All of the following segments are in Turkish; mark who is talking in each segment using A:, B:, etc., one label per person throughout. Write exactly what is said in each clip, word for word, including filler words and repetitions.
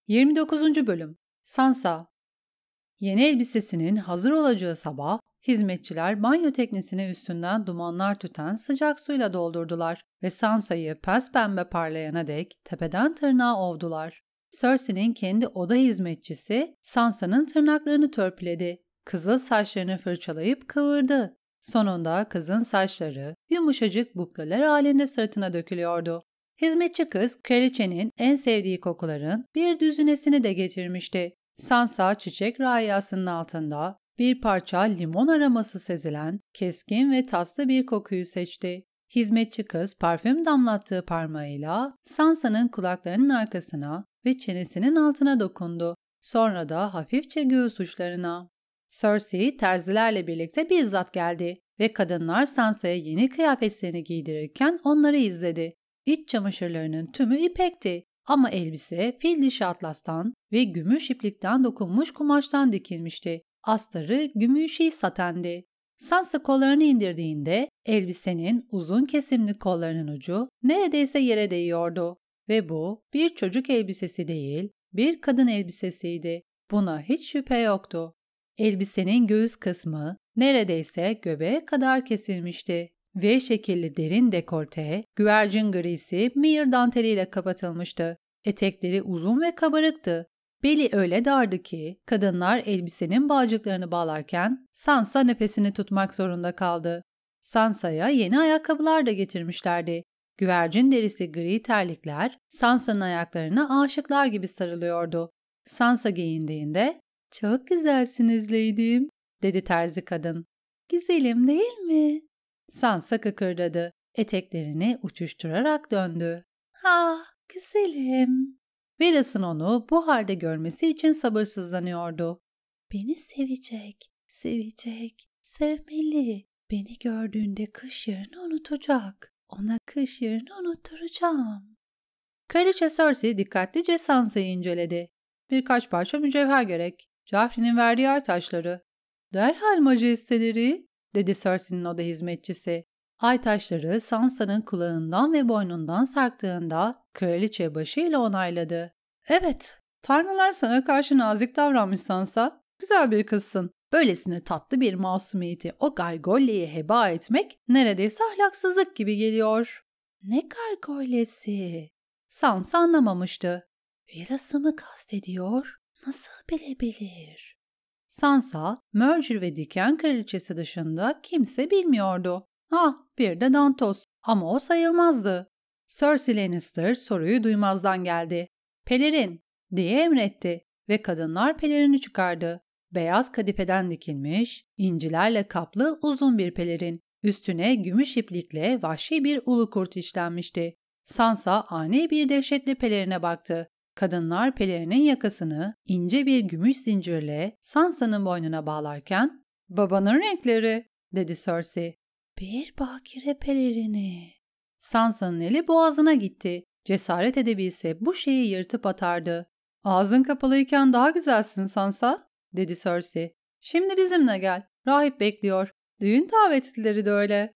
A: yirmi dokuzuncu Bölüm Sansa. Yeni elbisesinin hazır olacağı sabah, hizmetçiler banyo teknesini üstünden dumanlar tüten sıcak suyla doldurdular ve Sansa'yı pespembe parlayana dek tepeden tırnağa ovdular. Cersei'nin kendi oda hizmetçisi Sansa'nın tırnaklarını törpüledi. Kızıl saçlarını fırçalayıp kıvırdı. Sonunda kızın saçları yumuşacık bukleler halinde sırtına dökülüyordu. Hizmetçi kız, kraliçenin en sevdiği kokuların bir düzinesini de getirmişti. Sansa, çiçek rayasının altında bir parça limon aroması sezilen keskin ve tatlı bir kokuyu seçti. Hizmetçi kız, parfüm damlattığı parmağıyla Sansa'nın kulaklarının arkasına ve çenesinin altına dokundu. Sonra da hafifçe göğüs uçlarına. Cersei, terzilerle birlikte bizzat geldi ve kadınlar Sansa'ya yeni kıyafetlerini giydirirken onları izledi. İç çamaşırlarının tümü ipekti ama elbise fil dişi atlastan ve gümüş iplikten dokunmuş kumaştan dikilmişti. Astarı gümüşi satendi. Sansa kollarını indirdiğinde elbisenin uzun kesimli kollarının ucu neredeyse yere değiyordu. Ve bu bir çocuk elbisesi değil, bir kadın elbisesiydi. Buna hiç şüphe yoktu. Elbisenin göğüs kısmı neredeyse göbeğe kadar kesilmişti. V şekilli derin dekolte, güvercin grisi mihir danteliyle kapatılmıştı. Etekleri uzun ve kabarıktı. Beli öyle dardı ki kadınlar elbisenin bağcıklarını bağlarken Sansa nefesini tutmak zorunda kaldı. Sansa'ya yeni ayakkabılar da getirmişlerdi. Güvercin derisi gri terlikler Sansa'nın ayaklarına aşıklar gibi sarılıyordu. Sansa giyindiğinde "Çok güzelsiniz lady'm," dedi terzi kadın. "Güzelim değil mi?" Sansa kıkırdadı. Eteklerini uçuşturarak döndü. "Ah, güzelim." Willis'in onu bu halde görmesi için sabırsızlanıyordu. "Beni sevecek, sevecek, sevmeli. Beni gördüğünde kış yarını unutacak. Ona kış yarını unutturacağım." Kraliçe Cersei dikkatlice Sansa'yı inceledi. "Birkaç parça mücevher gerek. Joffrey'nin verdiği ay taşları." "Derhal majesteleri," dedi Cersei'nin oda hizmetçisi. Ay taşları Sansa'nın kulağından ve boynundan sarktığında kraliçe başıyla onayladı. "Evet, tanrılar sana karşı nazik davranmış Sansa. Güzel bir kızsın. Böylesine tatlı bir masumiyeti o gargolyeyi heba etmek neredeyse ahlaksızlık gibi geliyor." "Ne gargolyesi?" Sansa anlamamıştı. "Willis'ı mı kastediyor? Nasıl bilebilir?" Sansa, Mercer ve Diken kraliçesi dışında kimse bilmiyordu. Ha, bir de Dantos ama o sayılmazdı. Cersei Lannister soruyu duymazdan geldi. "Pelerin," diye emretti ve kadınlar pelerini çıkardı. Beyaz kadifeden dikilmiş, incilerle kaplı uzun bir pelerin. Üstüne gümüş iplikle vahşi bir ulu kurt işlenmişti. Sansa ani bir dehşetli pelerine baktı. Kadınlar pelerinin yakasını ince bir gümüş zincirle Sansa'nın boynuna bağlarken "Babanın renkleri," dedi Cersei. "Bir bakire pelerini." Sansa'nın eli boğazına gitti. Cesaret edebilse bu şeyi yırtıp atardı. "Ağzın kapalıyken daha güzelsin Sansa," dedi Cersei. "Şimdi bizimle gel. Rahip bekliyor. Düğün davetlileri de öyle."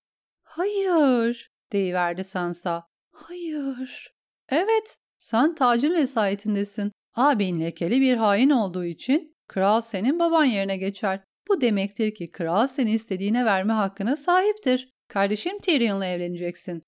A: "Hayır," deyiverdi Sansa. "Hayır." "Evet. Sen tacın vesayetindesin. Abin lekeli bir hain olduğu için kral senin baban yerine geçer. Bu demektir ki kral seni istediğine verme hakkına sahiptir. Kardeşim Tyrion'la evleneceksin."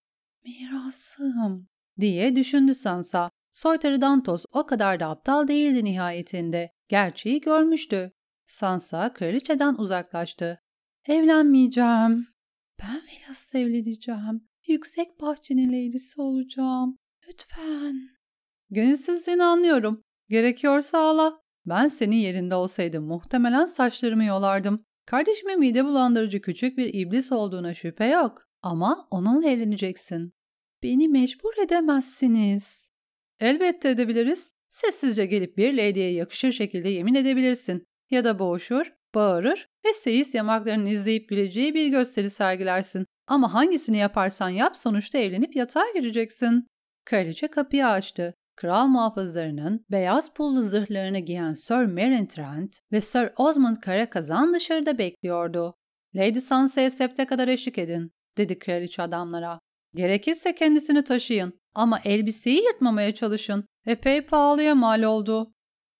A: "Mirasım," diye düşündü Sansa. Soytarı Dantos o kadar da aptal değildi nihayetinde. Gerçeği görmüştü. Sansa kraliçeden uzaklaştı. "Evlenmeyeceğim. Ben Willis'le evleneceğim. Yüksek bahçenin leylisi olacağım. Lütfen." "Gönülsüzlüğünü anlıyorum. Gerekiyorsa ağla. Ben senin yerinde olsaydım muhtemelen saçlarımı yolardım. Kardeşimin mide bulandırıcı küçük bir iblis olduğuna şüphe yok. Ama onunla evleneceksin." "Beni mecbur edemezsiniz." "Elbette edebiliriz. Sessizce gelip bir lady'ye yakışır şekilde yemin edebilirsin. Ya da boğuşur, bağırır ve seyis yamaklarının izleyip güleceği bir gösteri sergilersin. Ama hangisini yaparsan yap sonuçta evlenip yatağa gireceksin." Kraliçe kapıyı açtı. Kral muhafızlarının beyaz pullu zırhlarını giyen Sir Meryn Trant ve Sir Osmond Karakazan dışarıda bekliyordu. "Lady Sansa'ya septe kadar eşlik edin," dedi kraliçe adamlara. "Gerekirse kendisini taşıyın ama elbiseyi yırtmamaya çalışın. Epey pahalıya mal oldu."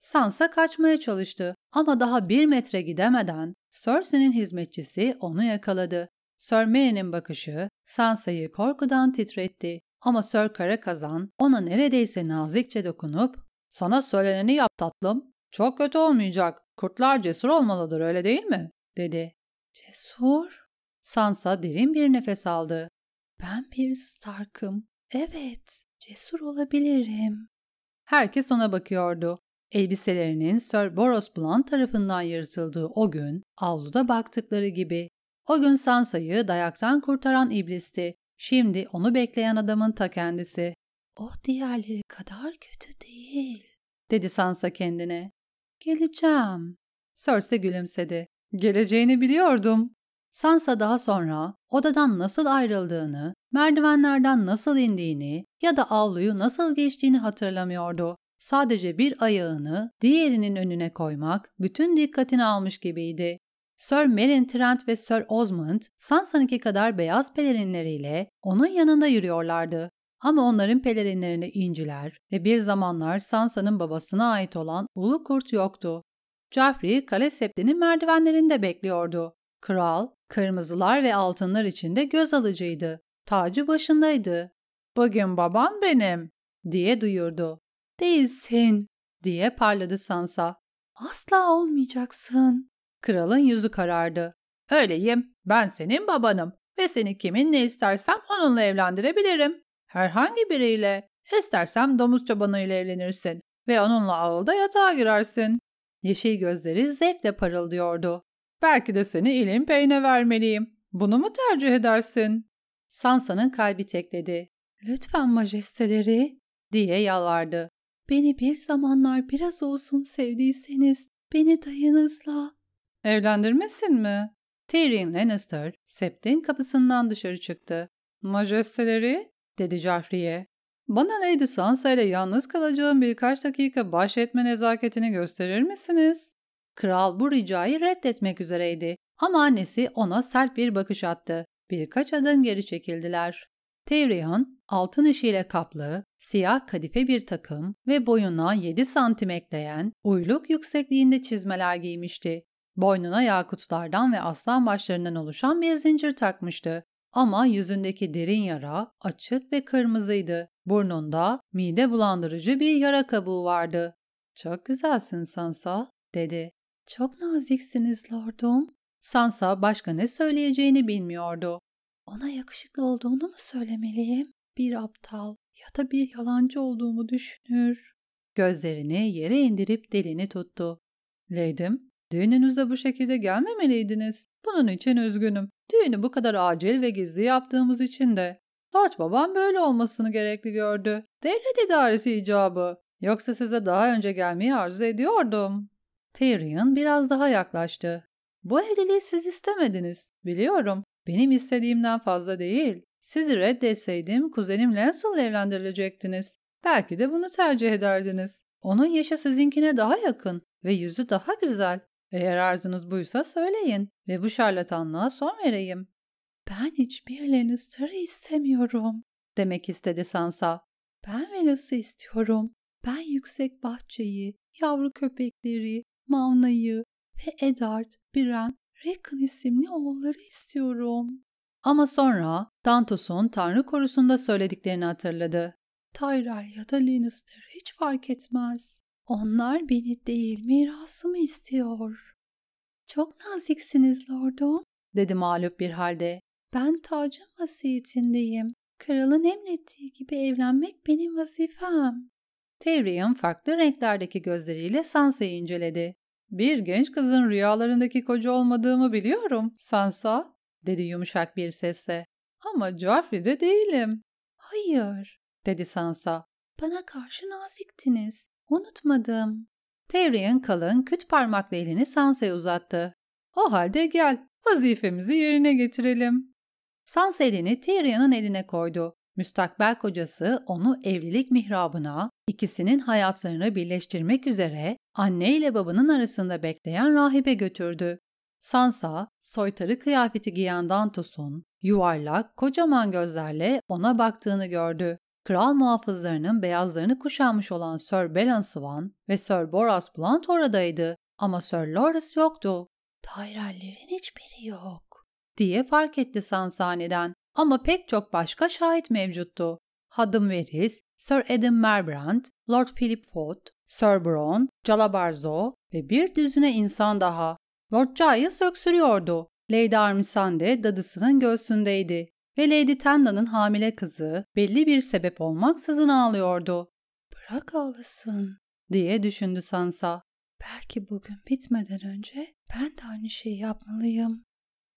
A: Sansa kaçmaya çalıştı ama daha bir metre gidemeden Cersei'nin hizmetçisi onu yakaladı. Sir Merry'nin bakışı Sansa'yı korkudan titretti ama Sir Karakazan ona neredeyse nazikçe dokunup ''Sana söyleneni yap tatlım, çok kötü olmayacak, kurtlar cesur olmalıdır öyle değil mi?'' dedi. ''Cesur?'' Sansa derin bir nefes aldı. ''Ben bir Stark'ım. Evet, cesur olabilirim.'' Herkes ona bakıyordu. Elbiselerinin Sir Boros Blount tarafından yırtıldığı o gün avluda baktıkları gibi. O gün Sansa'yı dayaktan kurtaran iblisti. Şimdi onu bekleyen adamın ta kendisi. ''O diğerleri kadar kötü değil.'' dedi Sansa kendine. ''Geleceğim.'' Cersei gülümsedi. ''Geleceğini biliyordum.'' Sansa daha sonra odadan nasıl ayrıldığını, merdivenlerden nasıl indiğini ya da avluyu nasıl geçtiğini hatırlamıyordu. Sadece bir ayağını diğerinin önüne koymak bütün dikkatini almış gibiydi. Sir Meryn Trent ve Sir Osmond, Sansa'nınki kadar beyaz pelerinleriyle onun yanında yürüyorlardı. Ama onların pelerinlerinde inciler ve bir zamanlar Sansa'nın babasına ait olan ulu kurt yoktu. Joffrey, kale septinin merdivenlerinde bekliyordu. Kral, kırmızılar ve altınlar içinde göz alıcıydı. Tacı başındaydı. ''Bugün baban benim.'' diye duyurdu. ''Değilsin.'' diye parladı Sansa. ''Asla olmayacaksın.'' Kralın yüzü karardı. ''Öyleyim. Ben senin babanım ve seni kiminle istersem onunla evlendirebilirim. Herhangi biriyle. İstersem domuz çobanıyla evlenirsin ve onunla ağılda yatağa girersin.'' Yeşil gözleri zevkle parıldıyordu. ''Belki de seni ilim peyine vermeliyim. Bunu mu tercih edersin?'' Sansa'nın kalbi tekledi. ''Lütfen majesteleri.'' diye yalvardı. ''Beni bir zamanlar biraz olsun sevdiyseniz beni dayınızla.'' ''Evlendirmesin mi?'' Tyrion Lannister septin kapısından dışarı çıktı. ''Majesteleri?'' dedi Joffrey'e. ''Bana Lady Sansa ile yalnız kalacağım birkaç dakika bahşetme nezaketini gösterir misiniz?'' Kral bu ricayı reddetmek üzereydi ama annesi ona sert bir bakış attı. Birkaç adım geri çekildiler. Tyrion, altın işiyle kaplı, siyah kadife bir takım ve boyuna yedi santim ekleyen uyluk yüksekliğinde çizmeler giymişti. Boynuna yakutlardan ve aslan başlarından oluşan bir zincir takmıştı. Ama yüzündeki derin yara açık ve kırmızıydı. Burnunda mide bulandırıcı bir yara kabuğu vardı. ''Çok güzelsin Sansa.'' dedi. ''Çok naziksiniz lordum.'' Sansa başka ne söyleyeceğini bilmiyordu. ''Ona yakışıklı olduğunu mu söylemeliyim? Bir aptal ya da bir yalancı olduğumu düşünür.'' Gözlerini yere indirip dilini tuttu. ''Lady'm, düğününüze bu şekilde gelmemeliydiniz. Bunun için üzgünüm. Düğünü bu kadar acil ve gizli yaptığımız için de. Lord babam böyle olmasını gerekli gördü. Devlet idaresi icabı. Yoksa size daha önce gelmeyi arzu ediyordum.'' Tyrion biraz daha yaklaştı. ''Bu evliliği siz istemediniz. Biliyorum. Benim istediğimden fazla değil. Sizi reddetseydim kuzenim Lancel'la evlendirilecektiniz. Belki de bunu tercih ederdiniz. Onun yaşı sizinkine daha yakın ve yüzü daha güzel. Eğer arzunuz buysa söyleyin ve bu şarlatanlığa son vereyim.'' ''Ben hiçbir Lannister'ı istemiyorum.'' demek istedi Sansa. ''Ben Velas'ı istiyorum. Ben yüksek bahçeyi, yavru köpekleri, Mauna'yı ve Eddard, Brienne, Rickon isimli oğulları istiyorum.'' Ama sonra Dantos'un Tanrı korusunda söylediklerini hatırladı. ''Tyrell ya da Lannister hiç fark etmez. Onlar beni değil mirasımı istiyor.'' ''Çok naziksiniz lordum.'' dedi mağlup bir halde. ''Ben tacın vasiyetindeyim. Kralın emrettiği gibi evlenmek benim vazifem.'' Tyrion farklı renklerdeki gözleriyle Sansa'yı inceledi. ''Bir genç kızın rüyalarındaki koca olmadığımı biliyorum, Sansa.'' dedi yumuşak bir sesle. ''Ama Joffrey'de değilim.'' ''Hayır.'' dedi Sansa. ''Bana karşı naziktiniz. Unutmadım.'' Tyrion kalın küt parmaklı elini Sansa'ya uzattı. ''O halde gel, vazifemizi yerine getirelim.'' Sansa elini Tyrion'un eline koydu. Müstakbel kocası onu evlilik mihrabına, ikisinin hayatlarını birleştirmek üzere anne ile babanın arasında bekleyen rahibe götürdü. Sansa, soytarı kıyafeti giyen Dantos'un yuvarlak, kocaman gözlerle ona baktığını gördü. Kral muhafızlarının beyazlarını kuşanmış olan Sir Balon Swan ve Sir Boros Blount oradaydı ama Sir Loras yoktu. "Tyrell'lerin hiçbiri yok," diye fark etti Sansa aniden. Ama pek çok başka şahit mevcuttu. Haddam Varys, Sir Adam Merbrand, Lord Philip Foote, Sir Bronn, Jalabarzo ve bir düzine insan daha. Lord Giles öksürüyordu. Lady Armysande dadısının göğsündeydi ve Lady Tenda'nın hamile kızı belli bir sebep olmaksızın ağlıyordu. "Bırak ağlasın," diye düşündü Sansa. "Belki bugün bitmeden önce ben de aynı şeyi yapmalıyım."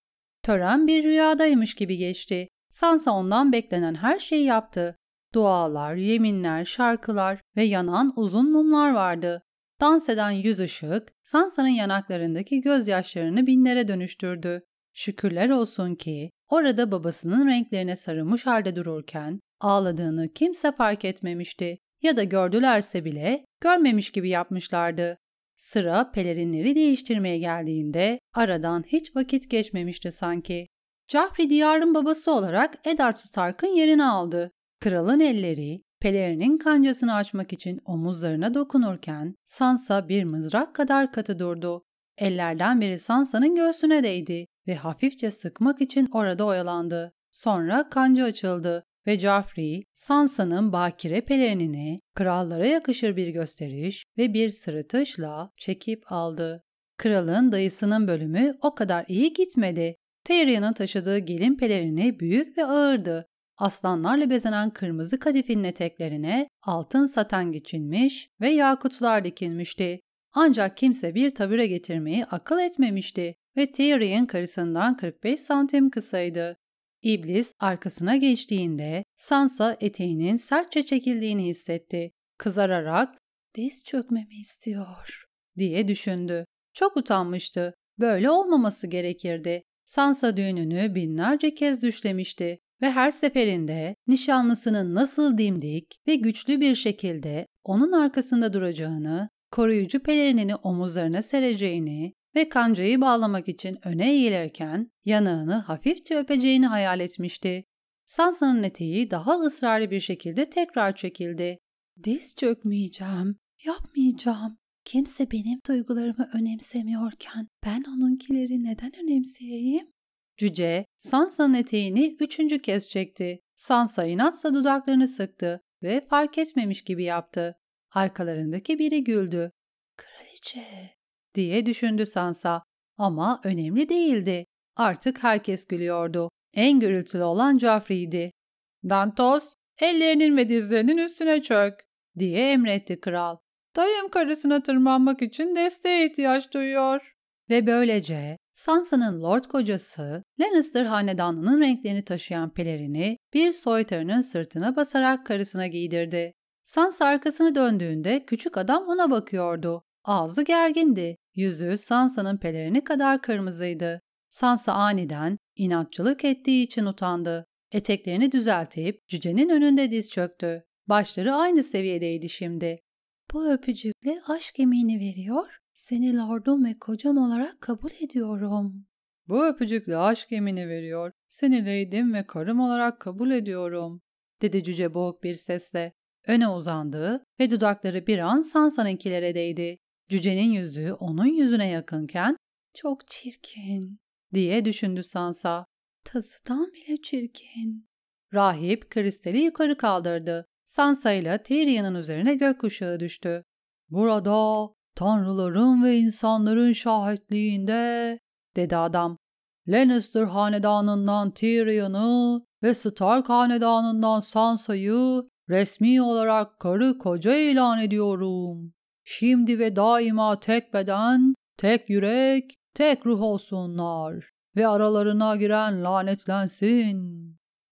A: Tören bir rüyadaymış gibi geçti. Sansa ondan beklenen her şeyi yaptı. Dualar, yeminler, şarkılar ve yanan uzun mumlar vardı. Dans eden yüz ışık, Sansa'nın yanaklarındaki gözyaşlarını binlere dönüştürdü. Şükürler olsun ki orada babasının renklerine sarılmış halde dururken ağladığını kimse fark etmemişti ya da gördülerse bile görmemiş gibi yapmışlardı. Sıra pelerinleri değiştirmeye geldiğinde aradan hiç vakit geçmemişti sanki. Joffrey diyarın babası olarak Eddard Stark'ın yerini aldı. Kralın elleri pelerinin kancasını açmak için omuzlarına dokunurken Sansa bir mızrak kadar katı durdu. Ellerden biri Sansa'nın göğsüne değdi ve hafifçe sıkmak için orada oyalandı. Sonra kanca açıldı ve Joffrey, Sansa'nın bakire pelerinini krallara yakışır bir gösteriş ve bir sırıtışla çekip aldı. Kralın dayısının bölümü o kadar iyi gitmedi. Tyrion'un taşıdığı gelin pelerini büyük ve ağırdı. Aslanlarla bezenen kırmızı kadifinin eteklerine altın saten geçilmiş ve yakutlar dikilmişti. Ancak kimse bir tabure getirmeyi akıl etmemişti ve Tyrion karısından kırk beş santim kısaydı. İblis arkasına geçtiğinde Sansa eteğinin sertçe çekildiğini hissetti. Kızararak "Diz çökmemi istiyor," diye düşündü. Çok utanmıştı. Böyle olmaması gerekirdi. Sansa düğününü binlerce kez düşlemişti ve her seferinde nişanlısının nasıl dimdik ve güçlü bir şekilde onun arkasında duracağını, koruyucu pelerinini omuzlarına sereceğini ve kancayı bağlamak için öne eğilirken yanağını hafifçe öpeceğini hayal etmişti. Sansa'nın eteği daha ısrarlı bir şekilde tekrar çekildi. "Diz çökmeyeceğim, yapmayacağım. Kimse benim duygularımı önemsemiyorken ben onunkileri neden önemseyeyim?" Cüce, Sansa'nın eteğini üçüncü kez çekti. Sansa inatla dudaklarını sıktı ve fark etmemiş gibi yaptı. Arkalarındaki biri güldü. "Kraliçe," diye düşündü Sansa. Ama önemli değildi. Artık herkes gülüyordu. En gürültülü olan Joffrey'di. "Dantos, ellerinin ve dizlerinin üstüne çök," diye emretti kral. "Dayım karısına tırmanmak için desteğe ihtiyaç duyuyor." Ve böylece Sansa'nın Lord kocası, Lannister hanedanının renklerini taşıyan pelerini bir soytarının sırtına basarak karısına giydirdi. Sansa arkasını döndüğünde küçük adam ona bakıyordu. Ağzı gergindi. Yüzü Sansa'nın pelerini kadar kırmızıydı. Sansa aniden inatçılık ettiği için utandı. Eteklerini düzeltip cücenin önünde diz çöktü. Başları aynı seviyedeydi şimdi. "Bu öpücükle aşk yemini veriyor, seni lordum ve kocam olarak kabul ediyorum." "Bu öpücükle aşk yemini veriyor, seni leydim ve karım olarak kabul ediyorum," dedi cüce boğuk bir sesle. Öne uzandı ve dudakları bir an Sansa'nınkilere değdi. Cücenin yüzü onun yüzüne yakınken "Çok çirkin," diye düşündü Sansa. "Tasıdan bile çirkin." Rahip kristali yukarı kaldırdı. Sansa ile Tyrion'un üzerine gökkuşağı düştü. "Burada tanrıların ve insanların şahitliğinde," dedi adam, "Lannister hanedanından Tyrion'u ve Stark hanedanından Sansa'yı resmi olarak karı koca ilan ediyorum. Şimdi ve daima tek beden, tek yürek, tek ruh olsunlar ve aralarına giren lanetlensin."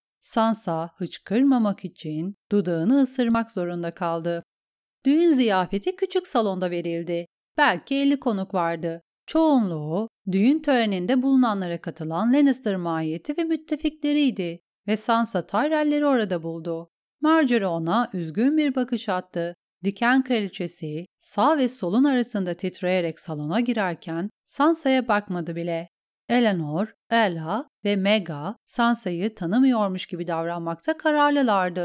A: Sansa hıçkırmamak için dudağını ısırmak zorunda kaldı. Düğün ziyafeti küçük salonda verildi. Belki elli konuk vardı. Çoğunluğu düğün töreninde bulunanlara katılan Lannister mahiyeti ve müttefikleriydi ve Sansa Tyrell'leri orada buldu. Margaery ona üzgün bir bakış attı. Diken kraliçesi sağ ve solun arasında titreyerek salona girerken Sansa'ya bakmadı bile. Eleanor, Ella ve Megha Sansa'yı tanımıyormuş gibi davranmakta kararlılardı.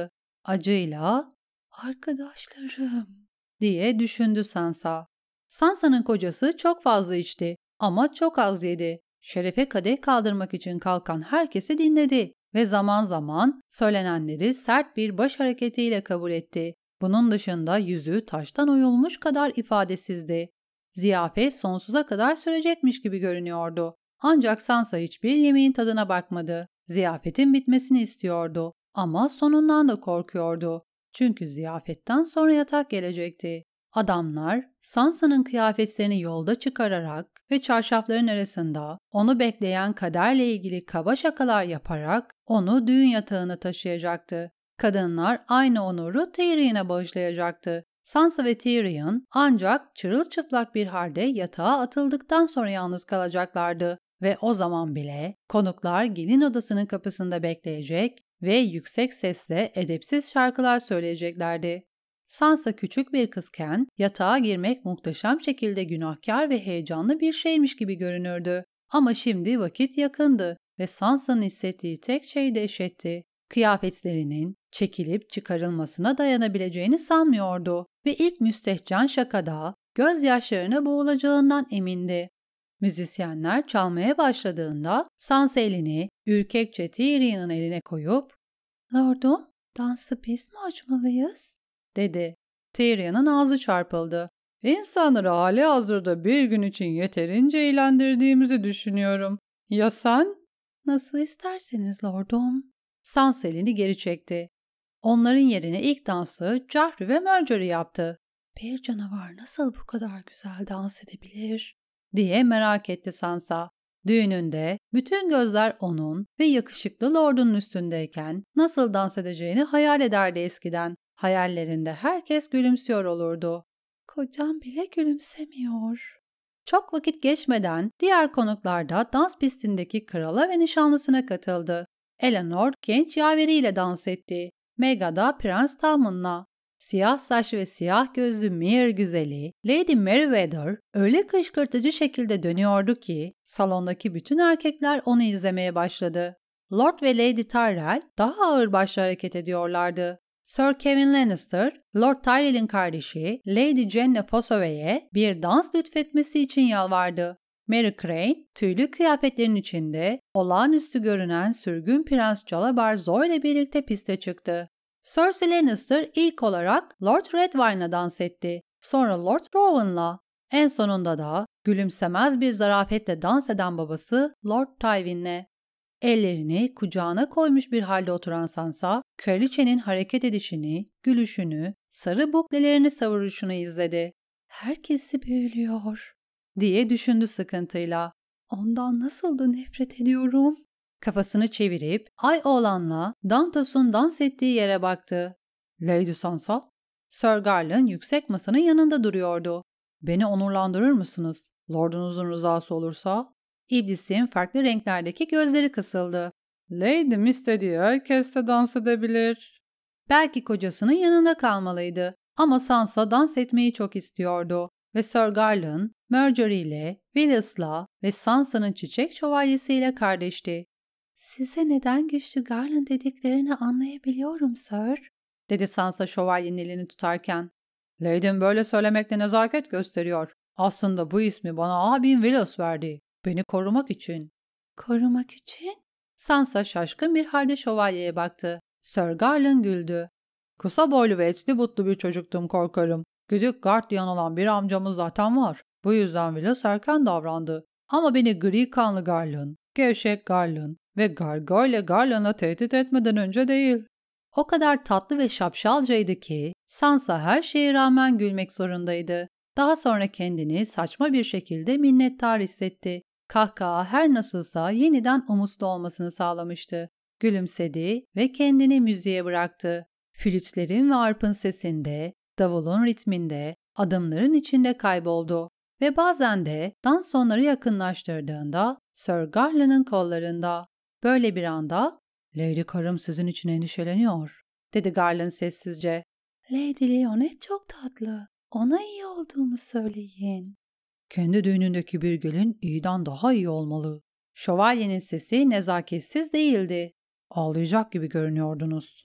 A: acıyla "Arkadaşlarım" diye düşündü Sansa. Sansa'nın kocası çok fazla içti ama çok az yedi. Şerefe kadeh kaldırmak için kalkan herkesi dinledi ve zaman zaman söylenenleri sert bir baş hareketiyle kabul etti. Bunun dışında yüzü taştan oyulmuş kadar ifadesizdi. Ziyafet sonsuza kadar sürecekmiş gibi görünüyordu. Ancak Sansa hiçbir yemeğin tadına bakmadı. Ziyafetin bitmesini istiyordu ama sonundan da korkuyordu. Çünkü ziyafetten sonra yatak gelecekti. Adamlar Sansa'nın kıyafetlerini yolda çıkararak ve çarşafların arasında onu bekleyen kaderle ilgili kaba şakalar yaparak onu düğün yatağına taşıyacaktı. Kadınlar aynı onuru Tyrion'a bağışlayacaktı. Sansa ve Tyrion ancak çırılçıplak bir halde yatağa atıldıktan sonra yalnız kalacaklardı ve o zaman bile konuklar gelin odasının kapısında bekleyecek ve yüksek sesle edepsiz şarkılar söyleyeceklerdi. Sansa küçük bir kızken yatağa girmek muhteşem şekilde günahkar ve heyecanlı bir şeymiş gibi görünürdü. Ama şimdi vakit yakındı ve Sansa'nın hissettiği tek şey dehşetti. Kıyafetlerinin çekilip çıkarılmasına dayanabileceğini sanmıyordu ve ilk müstehcen şakada gözyaşlarına boğulacağından emindi. Müzisyenler çalmaya başladığında Sansa elini ürkekçe Tyrion'un eline koyup "Lordum, dansı biz mi açmalıyız?" dedi. Tyrion'un ağzı çarpıldı. "İnsanları hali hazırda bir gün için yeterince eğlendirdiğimizi düşünüyorum. Ya sen?" "Nasıl isterseniz lordum." Sansa elini geri çekti. Onların yerine ilk dansı Joffrey ve Margaery yaptı. "Bir canavar nasıl bu kadar güzel dans edebilir?" diye merak etti Sansa. Düğününde bütün gözler onun ve yakışıklı lordunun üstündeyken nasıl dans edeceğini hayal ederdi eskiden. Hayallerinde herkes gülümsüyor olurdu. "Kocam bile gülümsemiyor." Çok vakit geçmeden diğer konuklar da dans pistindeki krala ve nişanlısına katıldı. Eleanor genç yaveriyle dans etti. Meghan da Prens Talmon'la. Siyah saçlı ve siyah gözlü Mere güzeli Lady Merryweather öyle kışkırtıcı şekilde dönüyordu ki salondaki bütün erkekler onu izlemeye başladı. Lord ve Lady Tyrell daha ağırbaşlı hareket ediyorlardı. Sir Kevin Lannister, Lord Tyrell'in kardeşi Lady Jenna Fossoway'e bir dans lütfetmesi için yalvardı. Mary Crane, tüylü kıyafetlerin içinde olağanüstü görünen sürgün Prens Calabar Zoe ile birlikte piste çıktı. Cersei Lannister ilk olarak Lord Redwyne'la dans etti. Sonra Lord Rowan'la. En sonunda da gülümsemez bir zarafetle dans eden babası Lord Tywin'le. Ellerini kucağına koymuş bir halde oturan Sansa, kraliçenin hareket edişini, gülüşünü, sarı buklelerini savuruşunu izledi. "Herkesi büyülüyor," diye düşündü sıkıntıyla. "Ondan nasıl da nefret ediyorum." Kafasını çevirip Ay Oğlan'la Dantos'un dans ettiği yere baktı. "Lady Sansa?" Sir Garland yüksek masanın yanında duruyordu. "Beni onurlandırır mısınız? Lordunuzun rızası olursa?" İblisin farklı renklerdeki gözleri kısıldı. "Lady'm istediği herkes de dans edebilir." Belki kocasının yanında kalmalıydı ama Sansa dans etmeyi çok istiyordu ve Sir Garland, Margaery ile, Willis'la ve Sansa'nın çiçek şövalyesiyle kardeşti. "Size neden güçlü Garland dediklerini anlayabiliyorum Sir," dedi Sansa şövalyenin elini tutarken. "Lady'm böyle söylemekle nezaket gösteriyor. Aslında bu ismi bana abim Willis verdi. Beni korumak için." "Korumak için?" Sansa şaşkın bir halde şövalyeye baktı. Sir Garland güldü. "Kısa boylu ve etli butlu bir çocuktum korkarım. Güdük gardiyan olan bir amcamız zaten var. Bu yüzden Willis erken davrandı. Ama beni gri kanlı Garland, gevşek Garland ve Gargoyle Garland'la tehdit etmeden önce değil." O kadar tatlı ve şapşalcaydı ki Sansa her şeye rağmen gülmek zorundaydı. Daha sonra kendini saçma bir şekilde minnettar hissetti. Kahkaha her nasılsa yeniden umutlu olmasını sağlamıştı. Gülümsedi ve kendini müziğe bıraktı. Flütlerin ve arpın sesinde, davulun ritminde, adımların içinde kayboldu ve bazen de dans onları yakınlaştırdığında Sir Garland'ın kollarında. Böyle bir anda "Lady karım sizin için endişeleniyor," dedi Garland sessizce. "Lady Leonet çok tatlı. Ona iyi olduğumu söyleyin." "Kendi düğünündeki bir gelin iyiden daha iyi olmalı." Şövalyenin sesi nezaketsiz değildi. "Ağlayacak gibi görünüyordunuz."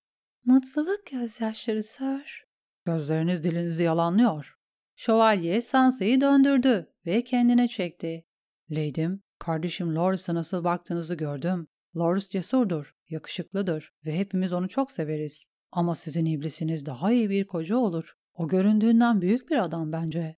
A: Mutluluk gözyaşları Sir. Gözleriniz dilinizi yalanlıyor. Şövalye Sansa'yı döndürdü ve kendine çekti. Lady'm, kardeşim Lorris'a nasıl baktığınızı gördüm. Lorris cesurdur, yakışıklıdır ve hepimiz onu çok severiz. Ama sizin iblisiniz daha iyi bir koca olur. O göründüğünden büyük bir adam bence.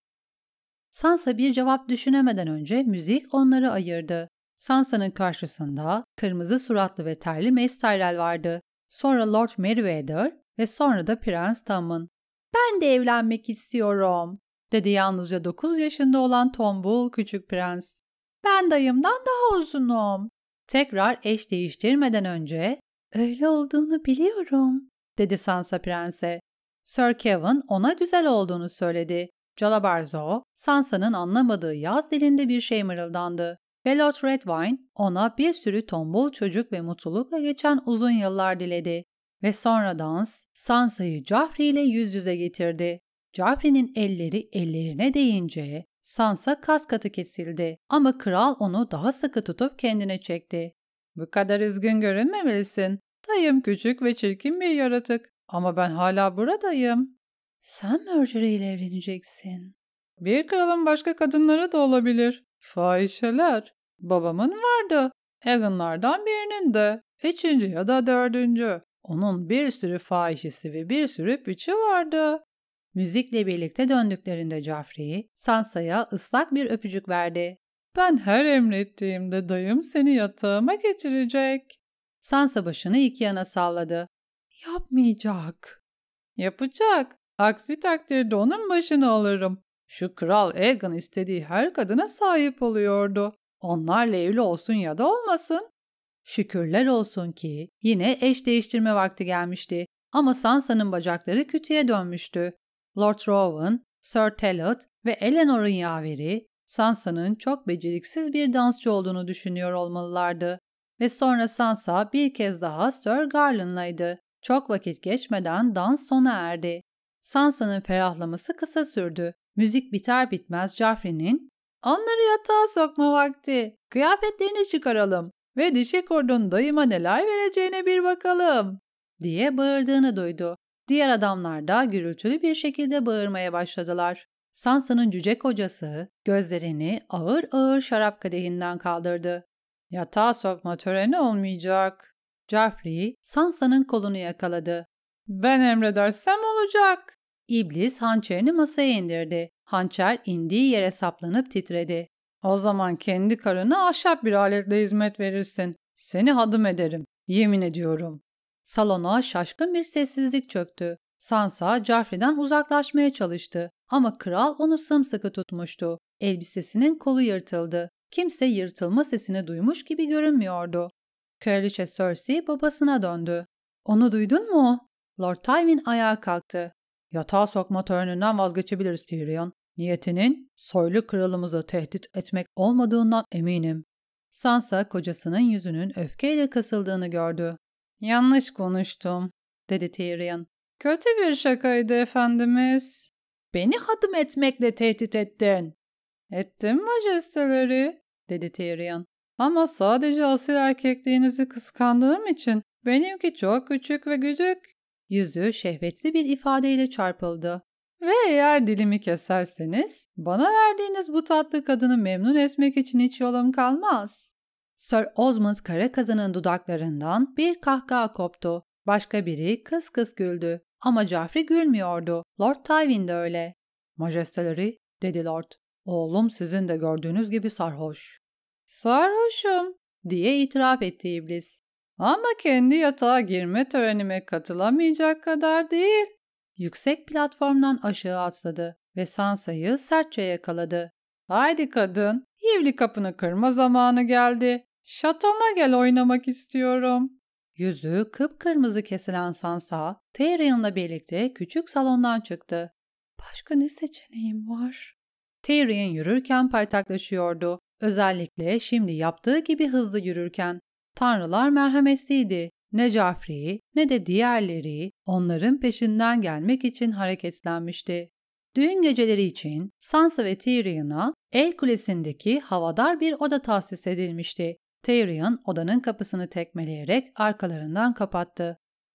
A: Sansa bir cevap düşünemeden önce müzik onları ayırdı. Sansa'nın karşısında kırmızı suratlı ve terli Mace Tyrell vardı. Sonra Lord Merryweather ve sonra da Prens Tommen. "Ben de evlenmek istiyorum," dedi yalnızca dokuz yaşında olan tombul küçük prens. "Ben dayımdan daha uzunum." Tekrar eş değiştirmeden önce, "Öyle olduğunu biliyorum," dedi Sansa prense. Sir Kevin ona güzel olduğunu söyledi. Calabarzo, Sansa'nın anlamadığı yaz dilinde bir şey mırıldandı. Ve Lord Redwine ona bir sürü tombul çocuk ve mutlulukla geçen uzun yıllar diledi. Ve sonra dans, Sansa'yı Joffrey ile yüz yüze getirdi. Joffrey'nin elleri ellerine değince Sansa kas katı kesildi ama kral onu daha sıkı tutup kendine çekti. "Bu kadar üzgün görünmemelisin. Dayım küçük ve çirkin bir yaratık ama ben hala buradayım." "Sen Margaery ile evleneceksin." "Bir kralın başka kadınları da olabilir. Fahişeler. Babamın vardı. Aegon'lardan birinin de. Üçüncü ya da dördüncü. Onun bir sürü fahişesi ve bir sürü piçi vardı." Müzikle birlikte döndüklerinde Joffrey, Sansa'ya ıslak bir öpücük verdi. "Ben her emrettiğimde dayım seni yatağıma getirecek." Sansa başını iki yana salladı. "Yapmayacak." "Yapacak. Aksi takdirde onun başını alırım. Şu kral Aegon istediği her kadına sahip oluyordu. Onlarla evli olsun ya da olmasın." Şükürler olsun ki yine eş değiştirme vakti gelmişti ama Sansa'nın bacakları kütüğe dönmüştü. Lord Rowan, Sir Talot ve Eleanor'un yaveri Sansa'nın çok beceriksiz bir dansçı olduğunu düşünüyor olmalılardı. Ve sonra Sansa bir kez daha Sir Garland'laydı. Çok vakit geçmeden dans sona erdi. Sansa'nın ferahlaması kısa sürdü. Müzik biter bitmez Joffrey'nin "Onları yatağa sokma vakti. Kıyafetlerini çıkaralım ve dişi kurdun dayıma neler vereceğine bir bakalım," diye bağırdığını duydu. Diğer adamlar da gürültülü bir şekilde bağırmaya başladılar. Sansa'nın cüce kocası gözlerini ağır ağır şarap kadehinden kaldırdı. "Yatağa sokma töreni olmayacak." Joffrey Sansa'nın kolunu yakaladı. "Ben emredersem olacak." İblis hançerini masaya indirdi. Hançer indiği yere saplanıp titredi. "O zaman kendi karına ahşap bir aletle hizmet verirsin. Seni hadım ederim. Yemin ediyorum." Salona şaşkın bir sessizlik çöktü. Sansa Joffrey'den uzaklaşmaya çalıştı ama kral onu sımsıkı tutmuştu. Elbisesinin kolu yırtıldı. Kimse yırtılma sesini duymuş gibi görünmüyordu. Kraliçe Cersei babasına döndü. "Onu duydun mu?" Lord Tywin ayağa kalktı. "Yatağa sokma töreninden vazgeçebiliriz Tyrion. Niyetinin soylu kralımızı tehdit etmek olmadığından eminim." Sansa kocasının yüzünün öfkeyle kasıldığını gördü. "Yanlış konuştum," dedi Tyrion. "Kötü bir şakaydı efendimiz." "Beni hadım etmekle tehdit ettin." "Ettim majesteleri," dedi Tyrion. "Ama sadece asil erkekliğinizi kıskandığım için benimki çok küçük ve güdük." Yüzü şehvetli bir ifadeyle çarpıldı. "Ve eğer dilimi keserseniz bana verdiğiniz bu tatlı kadını memnun etmek için hiç yolum kalmaz." Sir Osmond Karakazan'ın dudaklarından bir kahkaha koptu. Başka biri kıs kıs güldü. Ama Joffrey gülmüyordu. Lord Tywin de öyle. "Majesteleri," dedi Lord. "Oğlum sizin de gördüğünüz gibi sarhoş." "Sarhoşum," diye itiraf etti iblis. "Ama kendi yatağa girme törenime katılamayacak kadar değil." Yüksek platformdan aşağı atladı ve Sansa'yı sertçe yakaladı. "Haydi kadın, Yivli kapını kırma zamanı geldi. Şatoma gel, oynamak istiyorum." Yüzü kıpkırmızı kesilen Sansa, Tyrion'la birlikte küçük salondan çıktı. "Başka ne seçeneğim var?" Tyrion yürürken paytaklaşıyordu. Özellikle şimdi yaptığı gibi hızlı yürürken. Tanrılar merhametliydi. Ne Joffrey ne de diğerleri onların peşinden gelmek için hareketlenmişti. Düğün geceleri için Sansa ve Tyrion'a El Kulesi'ndeki havadar bir oda tahsis edilmişti. Tyrion odanın kapısını tekmeleyerek arkalarından kapattı.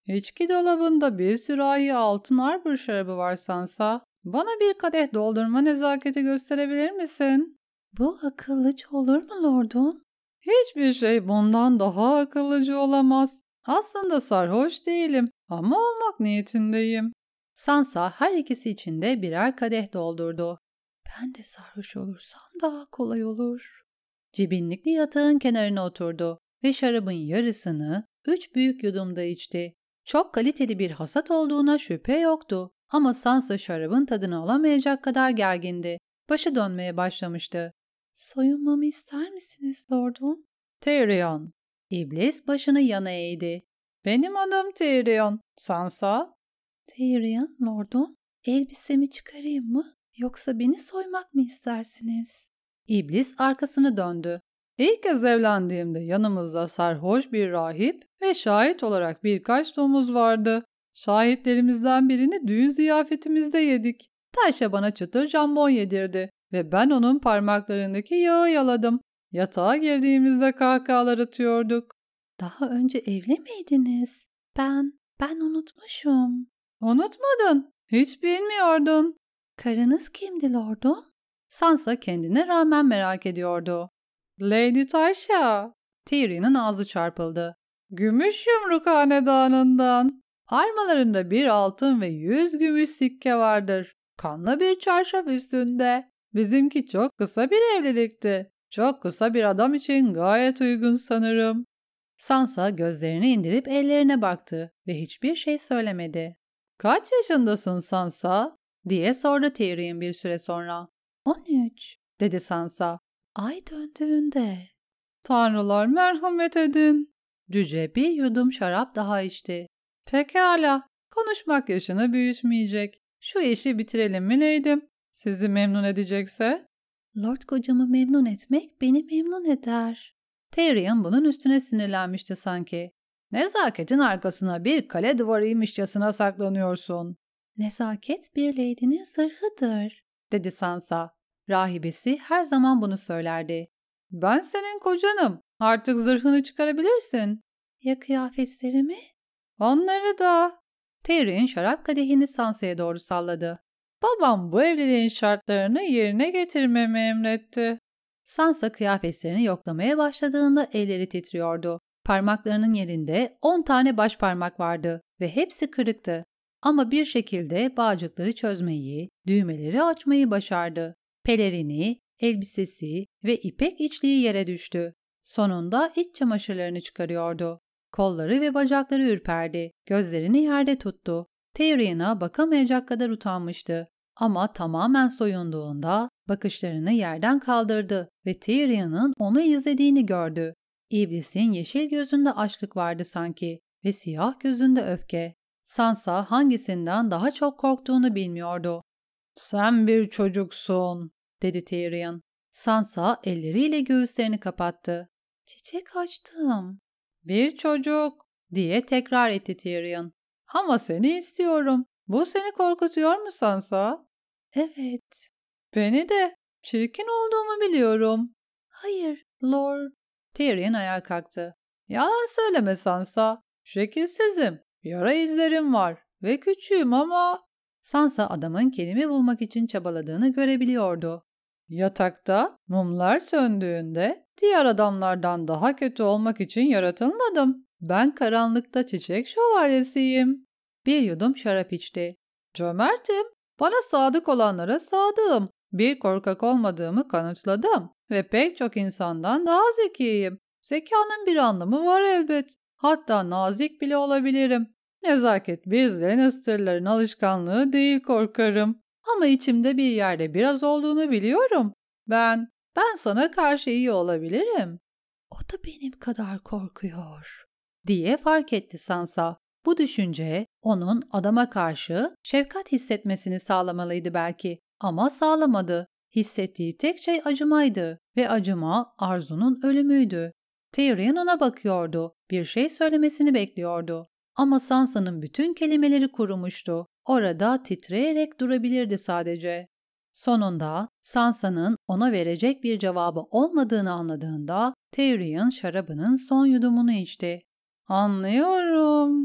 A: İçki dolabında bir sürahi altın arbor şarabı var Sansa. Bana bir kadeh doldurma nezaketi gösterebilir misin? Bu akıllıca olur mu lordum? Hiçbir şey bundan daha akıllıcı olamaz. Aslında sarhoş değilim ama olmak niyetindeyim. Sansa her ikisi için de birer kadeh doldurdu. Ben de sarhoş olursam daha kolay olur. Cibinlikli yatağın kenarına oturdu ve şarabın yarısını üç büyük yudumda içti. Çok kaliteli bir hasat olduğuna şüphe yoktu ama Sansa şarabın tadını alamayacak kadar gergindi. Başı dönmeye başlamıştı. Soyunmamı ister misiniz lordum? Tyrion. İblis başını yana eğdi. Benim adım Tyrion. Sansa? Tyrion lordum. Elbisemi çıkarayım mı? Yoksa beni soymak mı istersiniz? İblis arkasını döndü. İlk kez evlendiğimde yanımızda sarhoş bir rahip ve şahit olarak birkaç domuz vardı. Şahitlerimizden birini düğün ziyafetimizde yedik. Taşa bana çıtır jambon yedirdi ve ben onun parmaklarındaki yağı yaladım. Yatağa girdiğimizde kahkahalar atıyorduk. Daha önce evli miydiniz? Ben, ben unutmuşum. Unutmadın. Hiç bilmiyordun. Karınız kimdi lordum? Sansa kendine rağmen merak ediyordu. Lady Tasha. Tyrion'un ağzı çarpıldı. Gümüş Yumruk Hanedanı'ndan. Armalarında bir altın ve yüz gümüş sikke vardır. Kanlı bir çarşaf üstünde. Bizimki çok kısa bir evlilikti. Çok kısa bir adam için gayet uygun sanırım. Sansa gözlerini indirip ellerine baktı ve hiçbir şey söylemedi. Kaç yaşındasın Sansa? Diye sordu Tyrion bir süre sonra. On üç, dedi Sansa. Ay döndüğünde. Tanrılar merhamet edin. Cüce bir yudum şarap daha içti. Pekala, konuşmak yaşını büyütmeyecek. Şu işi bitirelim mi Lady'm? Sizi memnun edecekse? Lord kocamı memnun etmek beni memnun eder. Tyrion bunun üstüne sinirlenmişti sanki. Nezaketin arkasına bir kale duvarıymışçasına saklanıyorsun. Nezaket bir lady'nin zırhıdır, dedi Sansa. Rahibesi her zaman bunu söylerdi. Ben senin kocanım. Artık zırhını çıkarabilirsin. Ya kıyafetlerimi? Onları da. Tyrion şarap kadehini Sansa'ya doğru salladı. Babam bu evliliğin şartlarını yerine getirmemi emretti. Sansa kıyafetlerini yoklamaya başladığında elleri titriyordu. Parmaklarının yerinde on tane baş parmak vardı ve hepsi kırıktı. Ama bir şekilde bağcıkları çözmeyi, düğmeleri açmayı başardı. Pelerini, elbisesi ve ipek içliği yere düştü. Sonunda iç çamaşırlarını çıkarıyordu. Kolları ve bacakları ürperdi. Gözlerini yerde tuttu. Tyrion'a bakamayacak kadar utanmıştı. Ama tamamen soyunduğunda bakışlarını yerden kaldırdı ve Tyrion'un onu izlediğini gördü. İblisin yeşil gözünde açlık vardı sanki ve siyah gözünde öfke. Sansa hangisinden daha çok korktuğunu bilmiyordu. "Sen bir çocuksun," dedi Tyrion. Sansa elleriyle göğüslerini kapattı. "Çiçek açtım." "Bir çocuk," diye tekrar etti Tyrion. "Ama seni istiyorum. Bu seni korkutuyor mu Sansa?" "Evet." "Beni de. Çirkin olduğumu biliyorum." "Hayır, Lord." Tyrion ayağa kalktı. "Yalan söyleme Sansa. Şekilsizim. Yara izlerim var ve küçüğüm ama..." Sansa adamın kelime bulmak için çabaladığını görebiliyordu. "Yatakta mumlar söndüğünde diğer adamlardan daha kötü olmak için yaratılmadım. Ben karanlıkta çiçek şövalyesiyim." Bir yudum şarap içti. "Cömertim. Bana sadık olanlara sadığım. Bir korkak olmadığımı kanıtladım ve pek çok insandan daha zekiyim. Zekanın bir anlamı var elbet. Hatta nazik bile olabilirim. Nezaket biz Lannister'ların alışkanlığı değil korkarım. Ama içimde bir yerde biraz olduğunu biliyorum. Ben, ben sana karşı iyi olabilirim." "O da benim kadar korkuyor," diye fark etti Sansa. Bu düşünce onun adama karşı şefkat hissetmesini sağlamalıydı belki ama sağlamadı. Hissettiği tek şey acımaydı ve acıma Arzu'nun ölümüydü. Tyrion ona bakıyordu, bir şey söylemesini bekliyordu. Ama Sansa'nın bütün kelimeleri kurumuştu. Orada titreyerek durabilirdi sadece. Sonunda Sansa'nın ona verecek bir cevabı olmadığını anladığında Tyrion şarabının son yudumunu içti. "Anlıyorum,"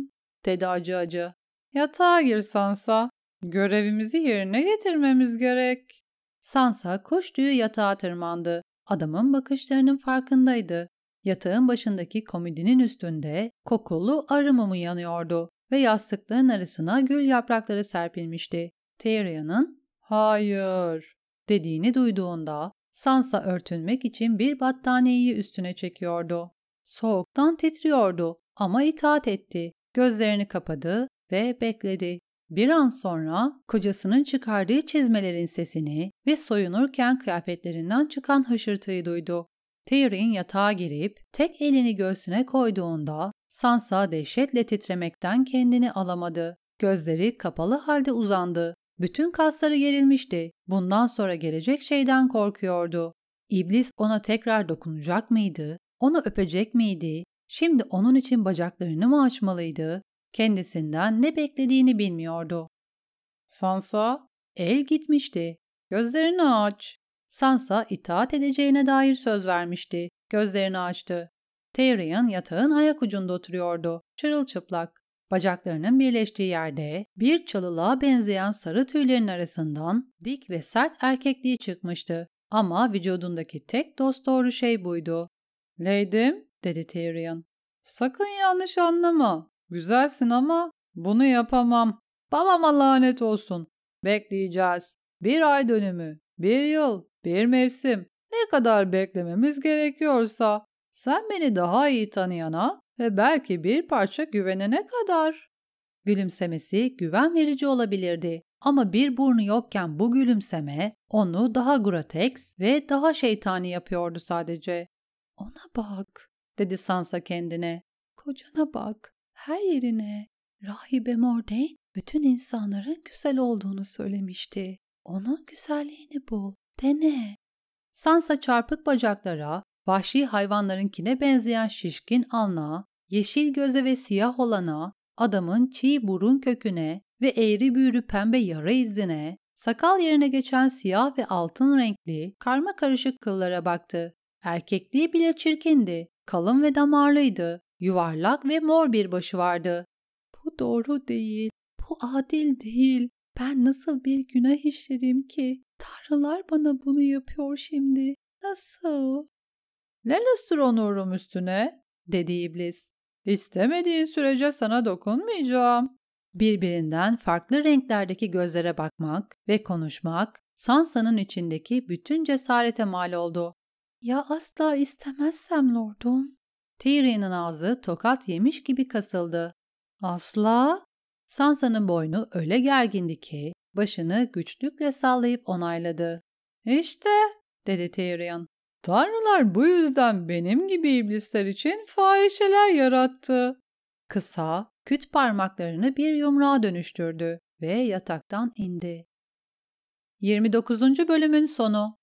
A: dedi acı acı. Yatağa gir Sansa. Görevimizi yerine getirmemiz gerek. Sansa koştuğu yatağa tırmandı. Adamın bakışlarının farkındaydı. Yatağın başındaki komodinin üstünde kokulu arı mumu yanıyordu ve yastıkların arasına gül yaprakları serpilmişti. Tyrion'un "Hayır" dediğini duyduğunda Sansa örtünmek için bir battaniyeyi üstüne çekiyordu. Soğuktan titriyordu ama itaat etti. Gözlerini kapadı ve bekledi. Bir an sonra kocasının çıkardığı çizmelerin sesini ve soyunurken kıyafetlerinden çıkan hışırtıyı duydu. Tyrion yatağa girip tek elini göğsüne koyduğunda Sansa dehşetle titremekten kendini alamadı. Gözleri kapalı halde uzandı. Bütün kasları gerilmişti. Bundan sonra gelecek şeyden korkuyordu. İblis ona tekrar dokunacak mıydı? Onu öpecek miydi? Şimdi onun için bacaklarını mı açmalıydı? Kendisinden ne beklediğini bilmiyordu. Sansa, el gitmişti. Gözlerini aç. Sansa itaat edeceğine dair söz vermişti. Gözlerini açtı. Tyrion yatağın ayak ucunda oturuyordu. Çırılçıplak. Bacaklarının birleştiği yerde bir çalılığa benzeyen sarı tüylerin arasından dik ve sert erkekliği çıkmıştı. Ama vücudundaki tek dosdoğru şey buydu. "Lady'm," dedi Tyrion. "Sakın yanlış anlama. Güzelsin ama bunu yapamam. Babama lanet olsun. Bekleyeceğiz. Bir ay dönümü, bir yıl, bir mevsim. Ne kadar beklememiz gerekiyorsa. Sen beni daha iyi tanıyana ve belki bir parça güvenene kadar." Gülümsemesi güven verici olabilirdi. Ama bir burnu yokken bu gülümseme onu daha groteks ve daha şeytani yapıyordu sadece. "Ona bak," dedi Sansa kendine. "Kocana bak. Her yerine. Rahibe Mordain bütün insanların güzel olduğunu söylemişti. Onun güzelliğini bul. Dene." Sansa çarpık bacaklara, vahşi hayvanlarınkine benzeyen şişkin alnına, yeşil göze ve siyah olana, adamın çiğ burun köküne ve eğri büğrü pembe yara izine, sakal yerine geçen siyah ve altın renkli karma karışık kıllara baktı. Erkekliği bile çirkindi, kalın ve damarlıydı, yuvarlak ve mor bir başı vardı. "Bu doğru değil, bu adil değil. Ben nasıl bir günah işledim ki? Tanrılar bana bunu yapıyor şimdi. Nasıl?" "Lannister onurum üstüne," dedi iblis. "İstemediğin sürece sana dokunmayacağım." Birbirinden farklı renklerdeki gözlere bakmak ve konuşmak Sansa'nın içindeki bütün cesarete mal oldu. "Ya asla istemezsem lordum?" Tyrion'un ağzı tokat yemiş gibi kasıldı. "Asla?" Sansa'nın boynu öyle gergindi ki başını güçlükle sallayıp onayladı. "İşte," dedi Tyrion. "Tanrılar bu yüzden benim gibi iblisler için fahişeler yarattı." Kısa, küt parmaklarını bir yumruğa dönüştürdü ve yataktan indi. yirmi dokuzuncu bölümün sonu.